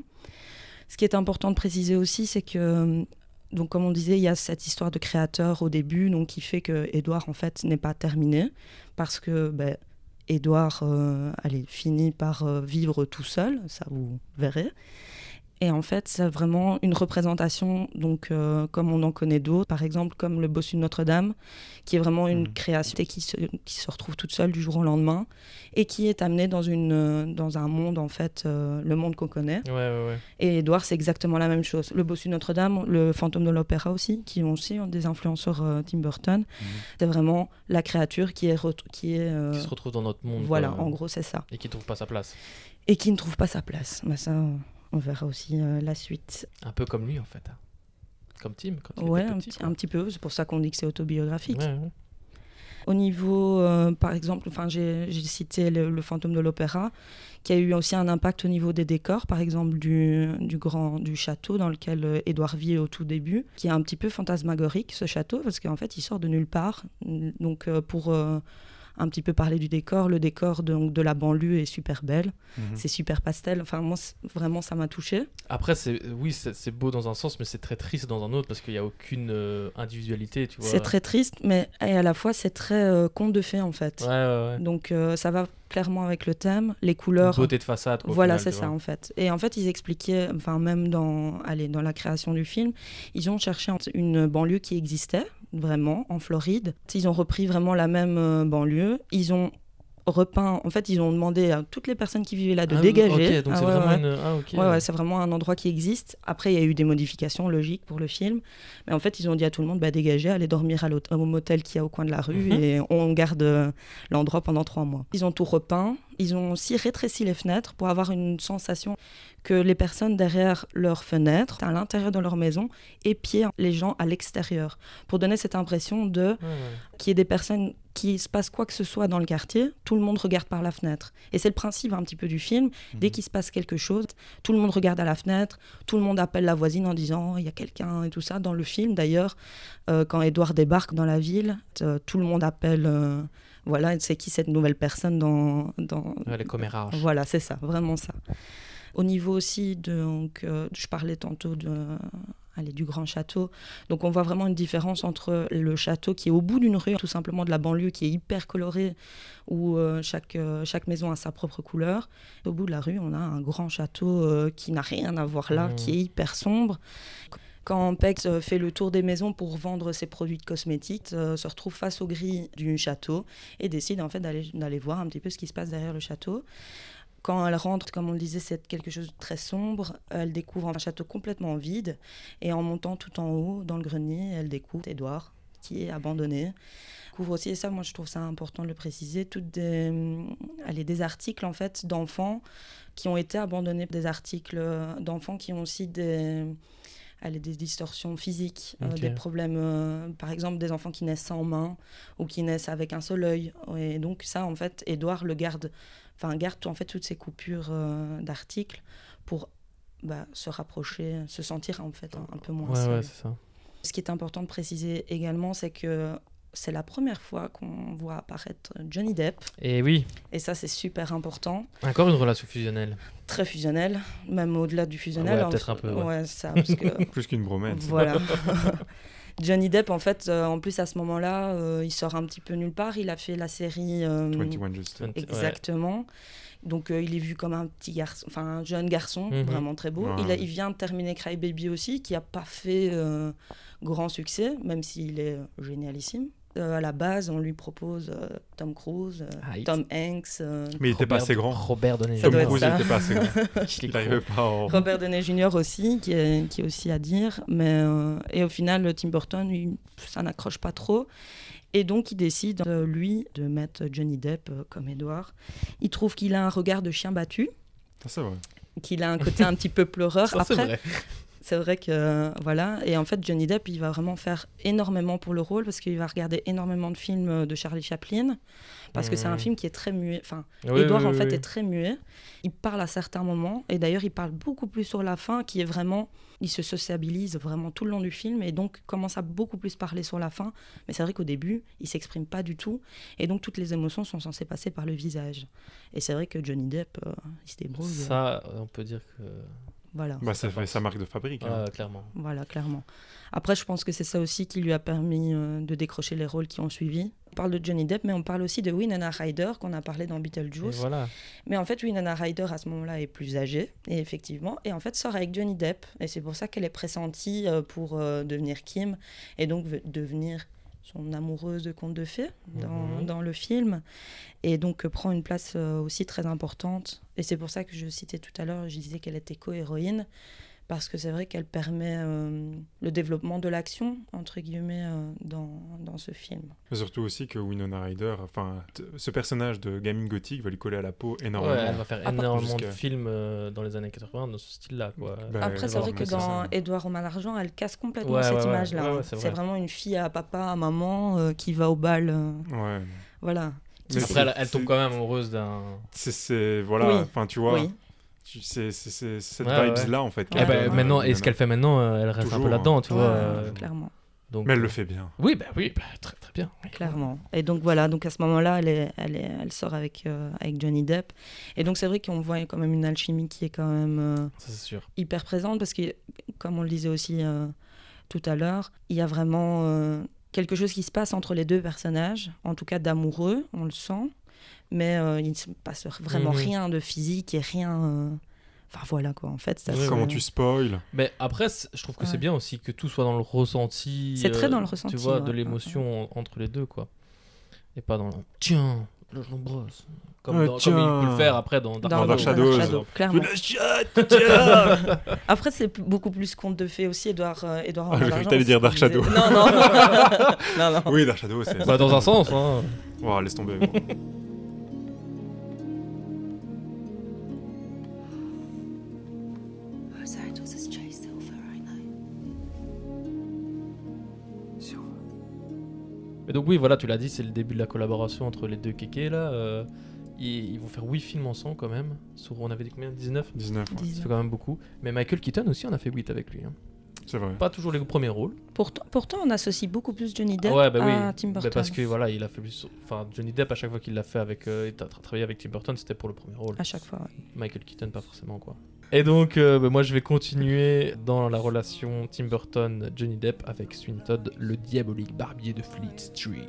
Ce qui est important de préciser aussi, c'est que, donc, comme on disait, il y a cette histoire de créateur au début, donc, qui fait que Édouard, en fait, n'est pas terminé, parce que Édouard finit par vivre tout seul, ça vous verrez. Et en fait, c'est vraiment une représentation, donc, comme on en connaît d'autres, par exemple comme le Bossu de Notre-Dame, qui est vraiment une création qui se retrouve toute seule du jour au lendemain et qui est amenée dans un monde, en fait, le monde qu'on connaît. Ouais. Et Édouard, c'est exactement la même chose. Le Bossu de Notre-Dame, le Fantôme de l'Opéra aussi, qui ont aussi des influences sur Tim Burton. C'est vraiment la créature qui se retrouve dans notre monde. Voilà, en gros, c'est ça. Et qui ne trouve pas sa place. Et qui ne trouve pas sa place. Ça... On verra aussi la suite. Un peu comme lui, en fait. Comme Tim, quand il était petit. Un petit peu. C'est pour ça qu'on dit que c'est autobiographique. Ouais. Au niveau, par exemple, j'ai cité le Fantôme de l'Opéra, qui a eu aussi un impact au niveau des décors, par exemple du château dans lequel Édouard vit au tout début, qui est un petit peu fantasmagorique, ce château, parce qu'en fait, il sort de nulle part. Donc, pour... un petit peu parler du décor. Le décor de la banlieue est super belle. C'est super pastel. Enfin, moi, vraiment, ça m'a touchée. Après, c'est beau dans un sens, mais c'est très triste dans un autre, parce qu'il n'y a aucune individualité, tu vois. C'est très triste, mais à la fois, c'est très conte de fées, en fait. Ouais. Donc, ça va clairement avec le thème. Les couleurs... Beauté de façade, quoi. Voilà, c'est ça, en fait. Et en fait, ils expliquaient, même dans la création du film, ils ont cherché une banlieue qui existait, vraiment, en Floride. Ils ont repris vraiment la même banlieue. Ils ont repeint... En fait, ils ont demandé à toutes les personnes qui vivaient là de dégager. Ok, donc c'est vraiment ouais, c'est vraiment un endroit qui existe. Après, il y a eu des modifications logiques pour le film. Mais en fait, ils ont dit à tout le monde, dégagez, allez dormir au motel qu'il y a au coin de la rue et on garde l'endroit pendant 3 mois. Ils ont tout repeint. Ils ont aussi rétréci les fenêtres pour avoir une sensation que les personnes derrière leurs fenêtres, à l'intérieur de leur maison, épiaient les gens à l'extérieur. Pour donner cette impression qu'il y ait des personnes qui se passe quoi que ce soit dans le quartier, tout le monde regarde par la fenêtre. Et c'est le principe un petit peu du film. Dès qu'il se passe quelque chose, tout le monde regarde à la fenêtre, tout le monde appelle la voisine en disant « il y a quelqu'un » et tout ça. Dans le film, d'ailleurs, quand Edouard débarque dans la ville, tout le monde appelle voilà, c'est qui cette nouvelle personne dans les commérages. Voilà, c'est ça, vraiment ça. Au niveau aussi, je parlais tantôt du grand château. Donc on voit vraiment une différence entre le château qui est au bout d'une rue, tout simplement de la banlieue, qui est hyper coloré, où chaque maison a sa propre couleur. Au bout de la rue, on a un grand château qui n'a rien à voir là, qui est hyper sombre. Quand Pex fait le tour des maisons pour vendre ses produits de cosmétiques, se retrouve face aux grilles du château et décide en fait d'aller voir un petit peu ce qui se passe derrière le château. Quand elle rentre, comme on le disait, c'est quelque chose de très sombre. Elle découvre un château complètement vide. Et en montant tout en haut, dans le grenier, elle découvre Édouard, qui est abandonné. Elle découvre aussi, et ça, moi, je trouve ça important de le préciser, des articles, en fait, d'enfants qui ont été abandonnés. Des articles d'enfants qui ont aussi des distorsions physiques, des problèmes, par exemple, des enfants qui naissent sans main ou qui naissent avec un seul œil. Et donc, ça, en fait, Édouard garde en fait toutes ces coupures d'articles pour se rapprocher, se sentir en fait un peu moins seul. Ouais, c'est ça. Ce qui est important de préciser également, c'est que c'est la première fois qu'on voit apparaître Johnny Depp. Et oui. Et ça, c'est super important. Encore une relation fusionnelle. Très fusionnelle, même au-delà du fusionnel. Ouais, peut-être un peu. Ouais, ça, parce que... Plus qu'une bromance. Voilà. Johnny Depp, en fait, en plus, à ce moment-là, il sort un petit peu nulle part. Il a fait la série... 21 Jump Street. Exactement. Ouais. Donc, il est vu comme un petit garçon, enfin, un jeune garçon, vraiment très beau. Ouais. Il vient de terminer Cry Baby aussi, qui n'a pas fait grand succès, même s'il est génialissime. À la base, on lui propose Tom Cruise, Tom Hanks. Mais il n'était pas assez grand. Robert Downey Jr. Tom Cruise n'était pas assez grand. Il n'arrivait pas en... Robert Downey Jr. aussi, qui est aussi à dire. Mais, et au final, Tim Burton, ça n'accroche pas trop. Et donc, il décide, lui, de mettre Johnny Depp comme Édouard. Il trouve qu'il a un regard de chien battu. Ça, c'est vrai. Qu'il a un côté un petit peu pleureur. Ça, après, c'est vrai. C'est vrai que, voilà. Et en fait, Johnny Depp, il va vraiment faire énormément pour le rôle parce qu'il va regarder énormément de films de Charlie Chaplin. Parce que c'est un film qui est très muet. Enfin, Édouard, en fait, est très muet. Il parle à certains moments. Et d'ailleurs, il parle beaucoup plus sur la fin, qui est vraiment... Il se sociabilise vraiment tout le long du film et donc commence à beaucoup plus parler sur la fin. Mais c'est vrai qu'au début, il ne s'exprime pas du tout. Et donc, toutes les émotions sont censées passer par le visage. Et c'est vrai que Johnny Depp, il se débrouille. Ça, on peut dire que... Voilà. Ça fait sa marque de fabrique. Clairement. Voilà, clairement. Après, je pense que c'est ça aussi qui lui a permis de décrocher les rôles qui ont suivi. On parle de Johnny Depp, mais on parle aussi de Winona Ryder, qu'on a parlé dans Beetlejuice. Voilà. Mais en fait, Winona Ryder, à ce moment-là, est plus âgée, et effectivement, et en fait, sort avec Johnny Depp. Et c'est pour ça qu'elle est pressentie pour devenir Kim, et donc devenir son amoureuse de contes de fées dans le film, et donc prend une place aussi très importante. Et c'est pour ça que je citais tout à l'heure, je disais qu'elle était co-héroïne, parce que c'est vrai qu'elle permet le développement de l'action, entre guillemets, dans ce film. Mais surtout aussi que Winona Ryder, ce personnage de gamine gothique va lui coller à la peau énormément. Ouais, elle va faire énormément de films dans les années 80 dans ce style-là, quoi. Après, c'est vrai que dans Édouard au mal argent, elle casse complètement cette image-là. Ouais, c'est vraiment une fille à papa, à maman, qui va au bal. Ouais. Voilà. Mais après, elle tombe quand même amoureuse d'un... Voilà, enfin, tu vois... Oui. C'est cette vibes-là, en fait. Maintenant, et ce qu'elle fait maintenant, elle reste toujours, un peu là-dedans, tu vois. Clairement. Donc, mais elle le fait bien. Oui, très très bien. Oui. Clairement. Et donc voilà, donc à ce moment-là, elle sort avec Johnny Depp. Et donc c'est vrai qu'on voit quand même une alchimie qui est quand même ça, c'est sûr. Hyper présente, parce que, comme on le disait aussi tout à l'heure, il y a vraiment quelque chose qui se passe entre les deux personnages, en tout cas d'amoureux, on le sent. Mais il ne se passe vraiment rien de physique et rien... Enfin voilà quoi, en fait. Comment tu spoil? Mais après, je trouve que c'est bien aussi que tout soit dans le ressenti. C'est très dans le ressenti. Tu vois, de l'émotion entre les deux, quoi. Et pas dans le... Tiens, là je l'embrasse. Comme il peut le faire après dans Dark Shadows. Clairement. Tiens. Après, c'est beaucoup plus conte de fées aussi, Édouard je croyais que t'allais dire Dark Shadow. Non. Oui, Dark Shadow, c'est... dans un sens, hein. Wow, laisse tomber. Mais donc oui, voilà, tu l'as dit, c'est le début de la collaboration entre les deux kékés là. Ils vont faire 8 films ensemble quand même. On avait dit combien ? 19 ? 19, ouais. Ça fait quand même beaucoup. Mais Michael Keaton aussi, on a fait 8 avec lui. Hein. C'est vrai. Pas toujours les premiers rôles. Pourtant, on associe beaucoup plus Johnny Depp à Tim Burton. Parce que voilà, il a fait plus. Enfin, Johnny Depp, à chaque fois qu'il l'a fait avec. Il a travaillé avec Tim Burton, c'était pour le premier rôle. À chaque fois, ouais. Michael Keaton, pas forcément, quoi. Et donc, moi, je vais continuer dans la relation Tim Burton-Johnny Depp avec Sweeney Todd, le diabolique barbier de Fleet Street.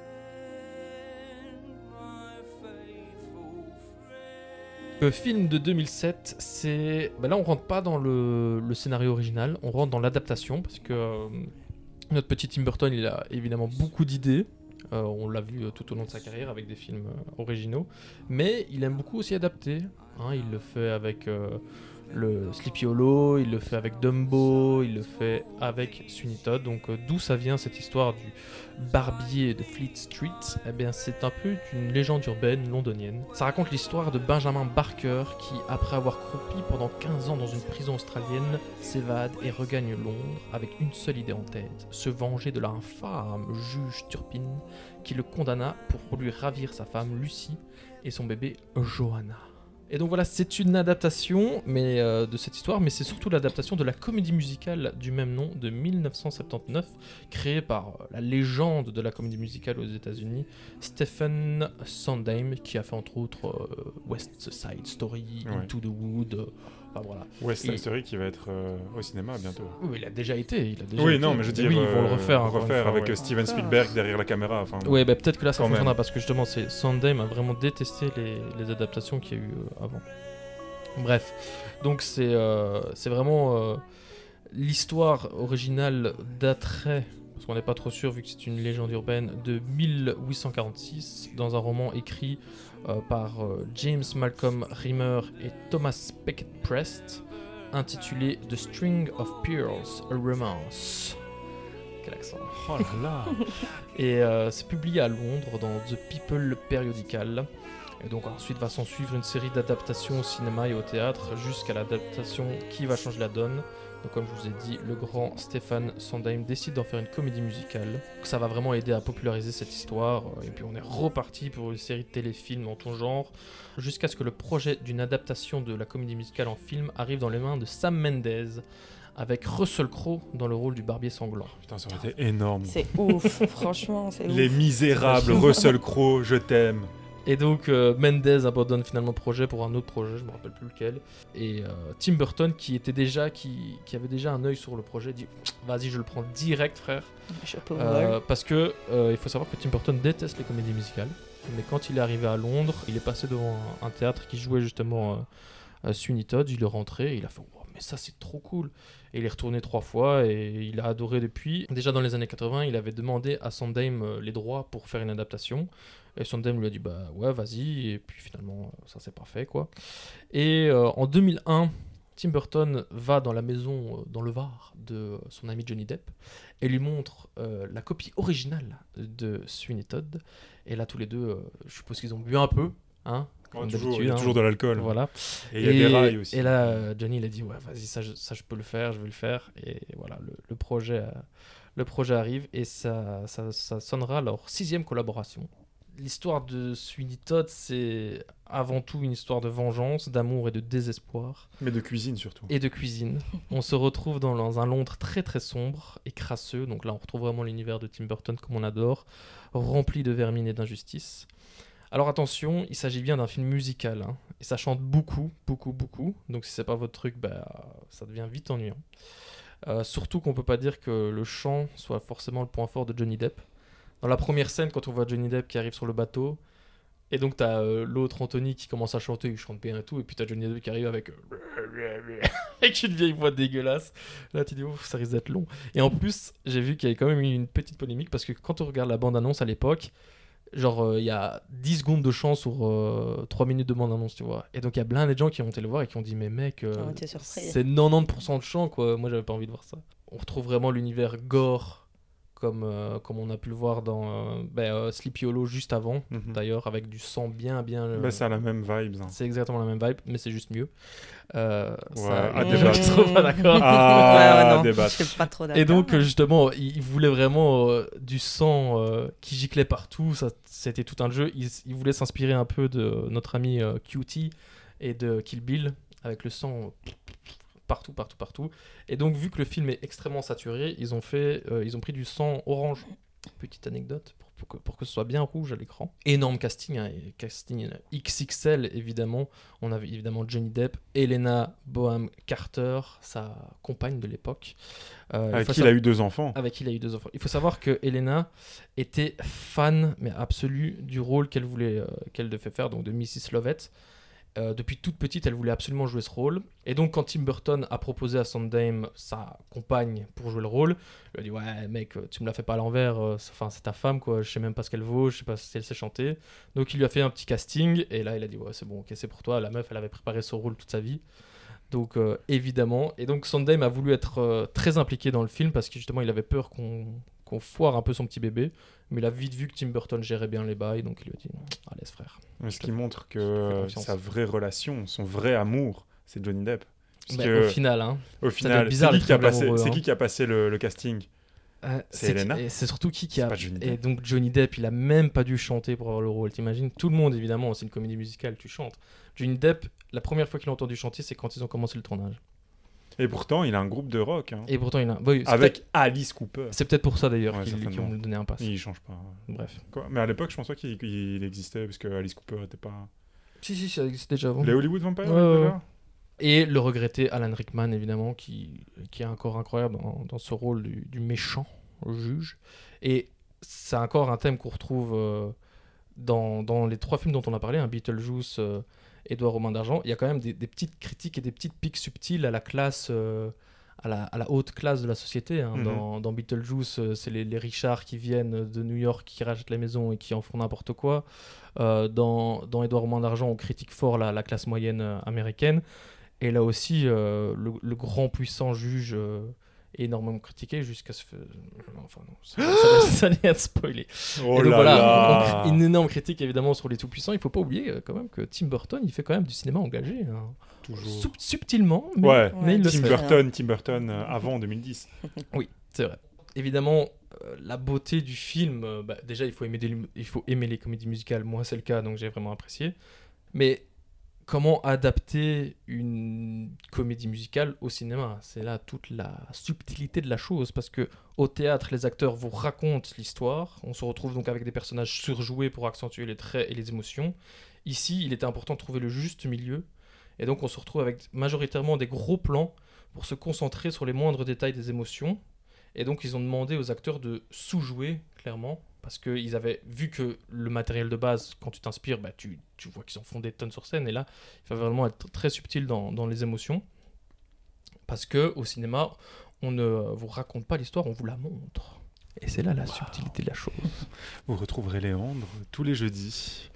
Le film de 2007, c'est... là, on rentre pas dans le scénario original, on rentre dans l'adaptation, parce que notre petit Tim Burton, il a évidemment beaucoup d'idées. On l'a vu tout au long de sa carrière avec des films originaux. Mais il aime beaucoup aussi adapter. Hein, il le fait avec le Sleepy Hollow, il le fait avec Dumbo, il le fait avec Sweeney Todd. Donc d'où ça vient cette histoire du barbier de Fleet Street ? Eh bien c'est un peu une légende urbaine londonienne. Ça raconte l'histoire de Benjamin Barker qui, après avoir croupi pendant 15 ans dans une prison australienne, s'évade et regagne Londres avec une seule idée en tête, se venger de l'infâme juge Turpin qui le condamna pour lui ravir sa femme Lucie et son bébé Johanna. Et donc voilà, c'est une adaptation de cette histoire, mais c'est surtout l'adaptation de la comédie musicale du même nom de 1979, créée par la légende de la comédie musicale aux États-Unis, Stephen Sondheim, qui a fait entre autres West Side Story, Into the Wood. Enfin, voilà. West Side Story qui va être au cinéma bientôt. Oui, il a déjà été. Non, mais je veux dire, oui, ils vont le refaire avec Steven Spielberg derrière la caméra. Enfin, oui, peut-être que là ça fonctionnera parce que justement, Sondheim a vraiment détesté les adaptations qu'il y a eu avant. Bref, donc c'est vraiment l'histoire originale daterait, parce qu'on n'est pas trop sûr vu que c'est une légende urbaine, de 1846 dans un roman écrit par James Malcolm Rimmer et Thomas Becket Prest, intitulé The String of Pearls, a Romance. Quel accent. Oh là là. Et c'est publié à Londres dans The People Periodical. Et donc ensuite va s'en suivre une série d'adaptations au cinéma et au théâtre jusqu'à l'adaptation qui va changer la donne. Donc comme je vous ai dit, le grand Stephen Sondheim décide d'en faire une comédie musicale. Donc, ça va vraiment aider à populariser cette histoire. Et puis on est reparti pour une série de téléfilms en tout genre, jusqu'à ce que le projet d'une adaptation de la comédie musicale en film arrive dans les mains de Sam Mendes, avec Russell Crowe dans le rôle du barbier sanglant. Putain, ça aurait été énorme. C'est ouf, franchement, c'est ouf. Les Misérables, Russell Crowe, je t'aime. Et donc Mendes abandonne finalement le projet pour un autre projet, je me rappelle plus lequel. Et Tim Burton qui avait déjà un œil sur le projet dit vas-y, je le prends direct, frère. Parce que il faut savoir que Tim Burton déteste les comédies musicales. Mais quand il est arrivé à Londres, il est passé devant un théâtre qui jouait justement Sweeney Todd. Il est rentré et il a fait mais ça c'est trop cool. Et il est retourné 3 fois et il a adoré depuis. Déjà dans les années 80, il avait demandé à Sondheim les droits pour faire une adaptation. Et Sondheim lui a dit bah ouais, vas-y. Et puis finalement, ça s'est pas fait, quoi. Et en 2001, Tim Burton va dans la maison dans le Var de son ami Johnny Depp et lui montre la copie originale de Sweeney Todd. Et là, tous les deux, je suppose qu'ils ont bu un peu, hein. Il y a toujours de l'alcool. Voilà. Et il y a des rails aussi. Et là, Johnny il a dit ouais, vas-y, ça je peux le faire, je vais le faire. Et voilà, le projet arrive et ça sonnera leur 6e collaboration. L'histoire de Sweeney Todd, c'est avant tout une histoire de vengeance, d'amour et de désespoir. Mais de cuisine surtout. Et de cuisine. On se retrouve dans un Londres très très sombre et crasseux. Donc là, on retrouve vraiment l'univers de Tim Burton comme on adore, rempli de vermine et d'injustice. Alors attention, il s'agit bien d'un film musical, hein, et ça chante beaucoup, beaucoup, beaucoup. Donc si c'est pas votre truc, ça devient vite ennuyant. Surtout qu'on peut pas dire que le chant soit forcément le point fort de Johnny Depp. Dans la première scène, quand on voit Johnny Depp qui arrive sur le bateau, et donc t'as l'autre Anthony qui commence à chanter, il chante bien et tout, et puis t'as Johnny Depp qui arrive avec une vieille voix dégueulasse. Là tu dis ouf, ça risque d'être long. Et en plus, j'ai vu qu'il y avait quand même eu une petite polémique parce que quand on regarde la bande-annonce à l'époque, genre il y a 10 secondes de chant sur 3 minutes de bande-annonce, tu vois. Et donc il y a plein de gens qui ont été le voir et qui ont dit mais mec, c'est 90% de chant, quoi. Moi j'avais pas envie de voir ça. On retrouve vraiment l'univers gore comme on a pu le voir dans Sleepy Hollow juste avant, d'ailleurs, avec du sang bien... c'est la même vibe. Hein. C'est exactement la même vibe, mais c'est juste mieux. À débattre. Je suis pas d'accord. Débattre. Je suis pas trop d'accord. Et donc, justement, il voulait vraiment du sang qui giclait partout. C'était tout un jeu. Il voulait s'inspirer un peu de notre ami Cutie et de Kill Bill, avec le sang... partout. Et donc, vu que le film est extrêmement saturé, ils ont pris du sang orange. Petite anecdote, pour que ce soit bien rouge à l'écran. Énorme casting, hein, casting XXL, évidemment. On avait évidemment Johnny Depp, Helena Bonham Carter, sa compagne de l'époque. Avec qui il a eu 2 enfants. Il faut savoir que Helena était fan, mais absolue, du rôle qu'elle devait faire, donc de Mrs. Lovett. Depuis toute petite, elle voulait absolument jouer ce rôle. Et donc, quand Tim Burton a proposé à Sondheim sa compagne pour jouer le rôle, il a dit « Ouais, mec, tu me la fais pas à l'envers. C'est ta femme, quoi. Je sais même pas ce qu'elle vaut. Je sais pas si elle sait chanter. » Donc, il lui a fait un petit casting. Et là, il a dit « Ouais, c'est bon, ok, c'est pour toi. » La meuf, elle avait préparé ce rôle toute sa vie. Donc, évidemment. Et donc, Sondheim a voulu être très impliqué dans le film parce que, justement, il avait peur qu'on foire un peu son petit bébé. Mais il a vite vu que Tim Burton gérait bien les bails, donc il lui a dit « Allez, frère. » Ce qui montre que sa vraie relation, son vrai amour, c'est Johnny Depp. Au final, c'est qui qui a passé le casting? C'est Helena. Et c'est surtout qui a... Et donc Johnny Depp, il a même pas dû chanter pour avoir le rôle, t'imagines? Tout le monde, évidemment, c'est une comédie musicale, tu chantes. Johnny Depp, la première fois qu'il a entendu chanter, c'est quand ils ont commencé le tournage. Et pourtant, il a un groupe de rock. Hein. Et pourtant, avec Alice Cooper. C'est peut-être pour ça d'ailleurs qu'ils ont donné un pass. Il change pas. Bref. Mais à l'époque, je pense pas qu'il existait parce que Alice Cooper était pas. Si, ça existait déjà avant. Les Hollywood Vampires. Et le regretté Alan Rickman, évidemment, qui est encore incroyable dans ce rôle du méchant juge. Et c'est encore un thème qu'on retrouve dans les 3 films dont on a parlé, Beetlejuice, Édouard aux mains d'argent. Il y a quand même des petites critiques et des petites piques subtiles à la classe, à la haute classe de la société. Hein. Dans Beetlejuice, c'est les richards qui viennent de New York, qui rachètent la maison et qui en font n'importe quoi. Dans Édouard aux mains d'argent, on critique fort la classe moyenne américaine. Et là aussi, le grand puissant juge énormément critiqué jusqu'à ce que... Enfin non, ça vient de spoiler. Oh et donc, là donc, une énorme critique évidemment sur les tout-puissants. Il ne faut pas oublier quand même que Tim Burton, il fait quand même du cinéma engagé. Hein. Toujours. Subtilement, mais il le fait. Tim Burton avant 2010. Oui, c'est vrai. Évidemment, la beauté du film, déjà il faut aimer les comédies musicales. Moi c'est le cas, donc j'ai vraiment apprécié. Mais comment adapter une comédie musicale au cinéma? C'est là toute la subtilité de la chose, parce que au théâtre, les acteurs vous racontent l'histoire. On se retrouve donc avec des personnages surjoués pour accentuer les traits et les émotions. Ici, il était important de trouver le juste milieu, et donc on se retrouve avec majoritairement des gros plans pour se concentrer sur les moindres détails des émotions. Et donc ils ont demandé aux acteurs de sous-jouer, clairement, parce qu'ils avaient vu que le matériel de base, quand tu t'inspires, tu vois qu'ils en font des tonnes sur scène. Et là, il faut vraiment être très subtil dans les émotions. Parce qu'au cinéma, on ne vous raconte pas l'histoire, on vous la montre. Et c'est là la subtilité de la chose. Vous retrouverez Léandre tous les jeudis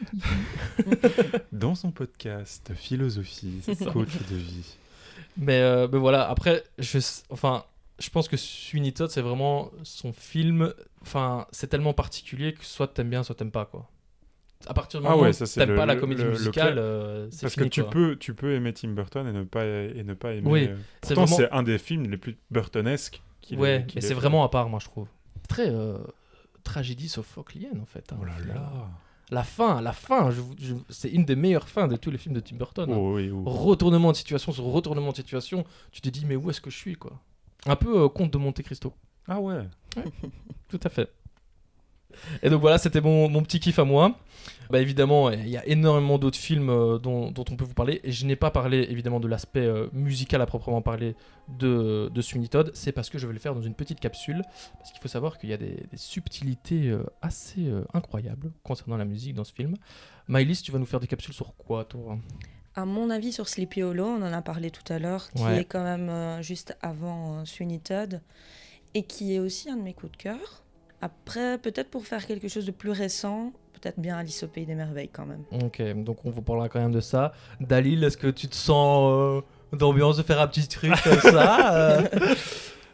dans son podcast Philosophie, coach de vie. Mais voilà, après, je pense que Sweeney Todd, c'est vraiment son film. Enfin, c'est tellement particulier que soit t'aimes bien, soit t'aimes pas, quoi. À partir du moment où t'aimes pas la comédie musicale, c'est parce fini, que tu peux aimer Tim Burton et ne pas aimer. Oui, pourtant, c'est un des films les plus burtonesques mais c'est vraiment à part, moi, je trouve. Très tragédie sophocléenne, en fait. Hein, oh là là. La fin, c'est une des meilleures fins de tous les films de Tim Burton. Oui. Retournement de situation sur retournement de situation, tu te dis, mais où est-ce que je suis, quoi? Un peu Comte de Monte Cristo. Ah ouais. Tout à fait. Et donc voilà, c'était mon petit kiff à moi. Évidemment, il y a énormément d'autres films dont on peut vous parler. Et je n'ai pas parlé évidemment de l'aspect musical à proprement parler de Sweeney Todd. C'est parce que je vais le faire dans une petite capsule. Parce qu'il faut savoir qu'il y a des subtilités assez incroyables concernant la musique dans ce film. Maëlys, tu vas nous faire des capsules sur quoi, toi ? À mon avis, sur Sleepy Hollow, on en a parlé tout à l'heure, qui est quand même juste avant Sweeney Todd, et qui est aussi un de mes coups de cœur. Après, peut-être pour faire quelque chose de plus récent, peut-être bien Alice au Pays des Merveilles quand même. Ok, donc on vous parlera quand même de ça. Dalil, est-ce que tu te sens d'ambiance de faire un petit truc comme ça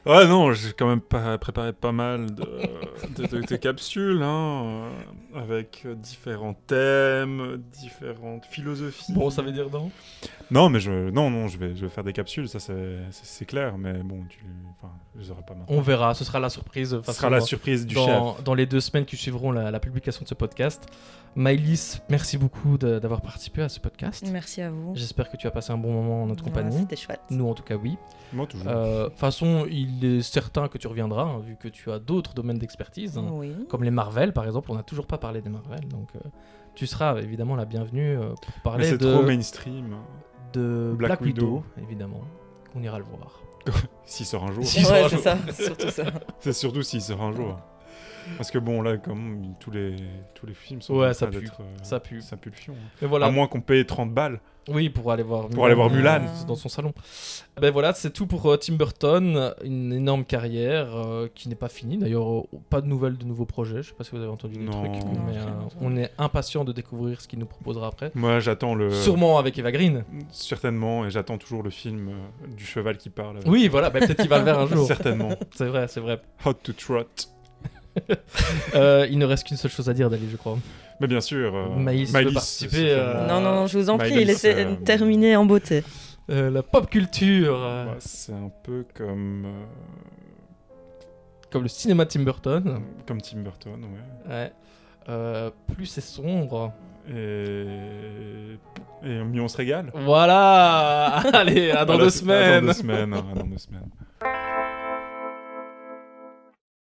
Ouais, non, j'ai quand même préparé pas mal de capsules, hein, avec différents thèmes, différentes philosophies. Bon, ça veut dire non ? Non, mais je vais faire des capsules, ça c'est clair, mais bon, je les aurai pas maintenant. On verra, ce sera la surprise. Ce sera la surprise du chef. Dans les 2 semaines qui suivront la publication de ce podcast. Maëlys, merci beaucoup d'avoir participé à ce podcast. Merci à vous. J'espère que tu as passé un bon moment en notre compagnie. C'était chouette. Nous, en tout cas, oui. Moi, toujours. De toute façon, il est certain que tu reviendras, hein, vu que tu as d'autres domaines d'expertise, hein, Oui. comme les Marvel, par exemple. On n'a toujours pas parlé des Marvel, donc tu seras évidemment la bienvenue pour parler mais c'est trop mainstream. De Black Widow, évidemment, qu'on ira le voir. S'il sort un jour. Ouais, c'est ça, surtout ça. C'est surtout s'il sort un jour. Parce que bon, là, comme tous les films sont ça pue. Ça pue. Ça pue le fion. Mais voilà. À moins qu'on paye 30 balles. Oui, pour aller voir Mulan dans son salon. Ben voilà, c'est tout pour Tim Burton. Une énorme carrière qui n'est pas finie. D'ailleurs, pas de nouvelles de nouveaux projets. Je sais pas si vous avez entendu le truc, mais on est impatient de découvrir ce qu'il nous proposera après. Moi, j'attends le. Sûrement avec Eva Green. Certainement, et j'attends toujours le film du cheval qui parle. Oui, voilà, peut-être qu'il va le faire un jour. Certainement. C'est vrai. Hot to trot. Il ne reste qu'une seule chose à dire, Dali, je crois. Mais bien sûr, Maëlys veut participer. Non, je vous en prie, laissez terminer en beauté. La pop culture. C'est un peu comme. Comme le cinéma Tim Burton. Comme Tim Burton, ouais. Plus c'est sombre. Et mieux on se régale. Voilà. Allez, à dans 2 semaines. À dans 2 semaines.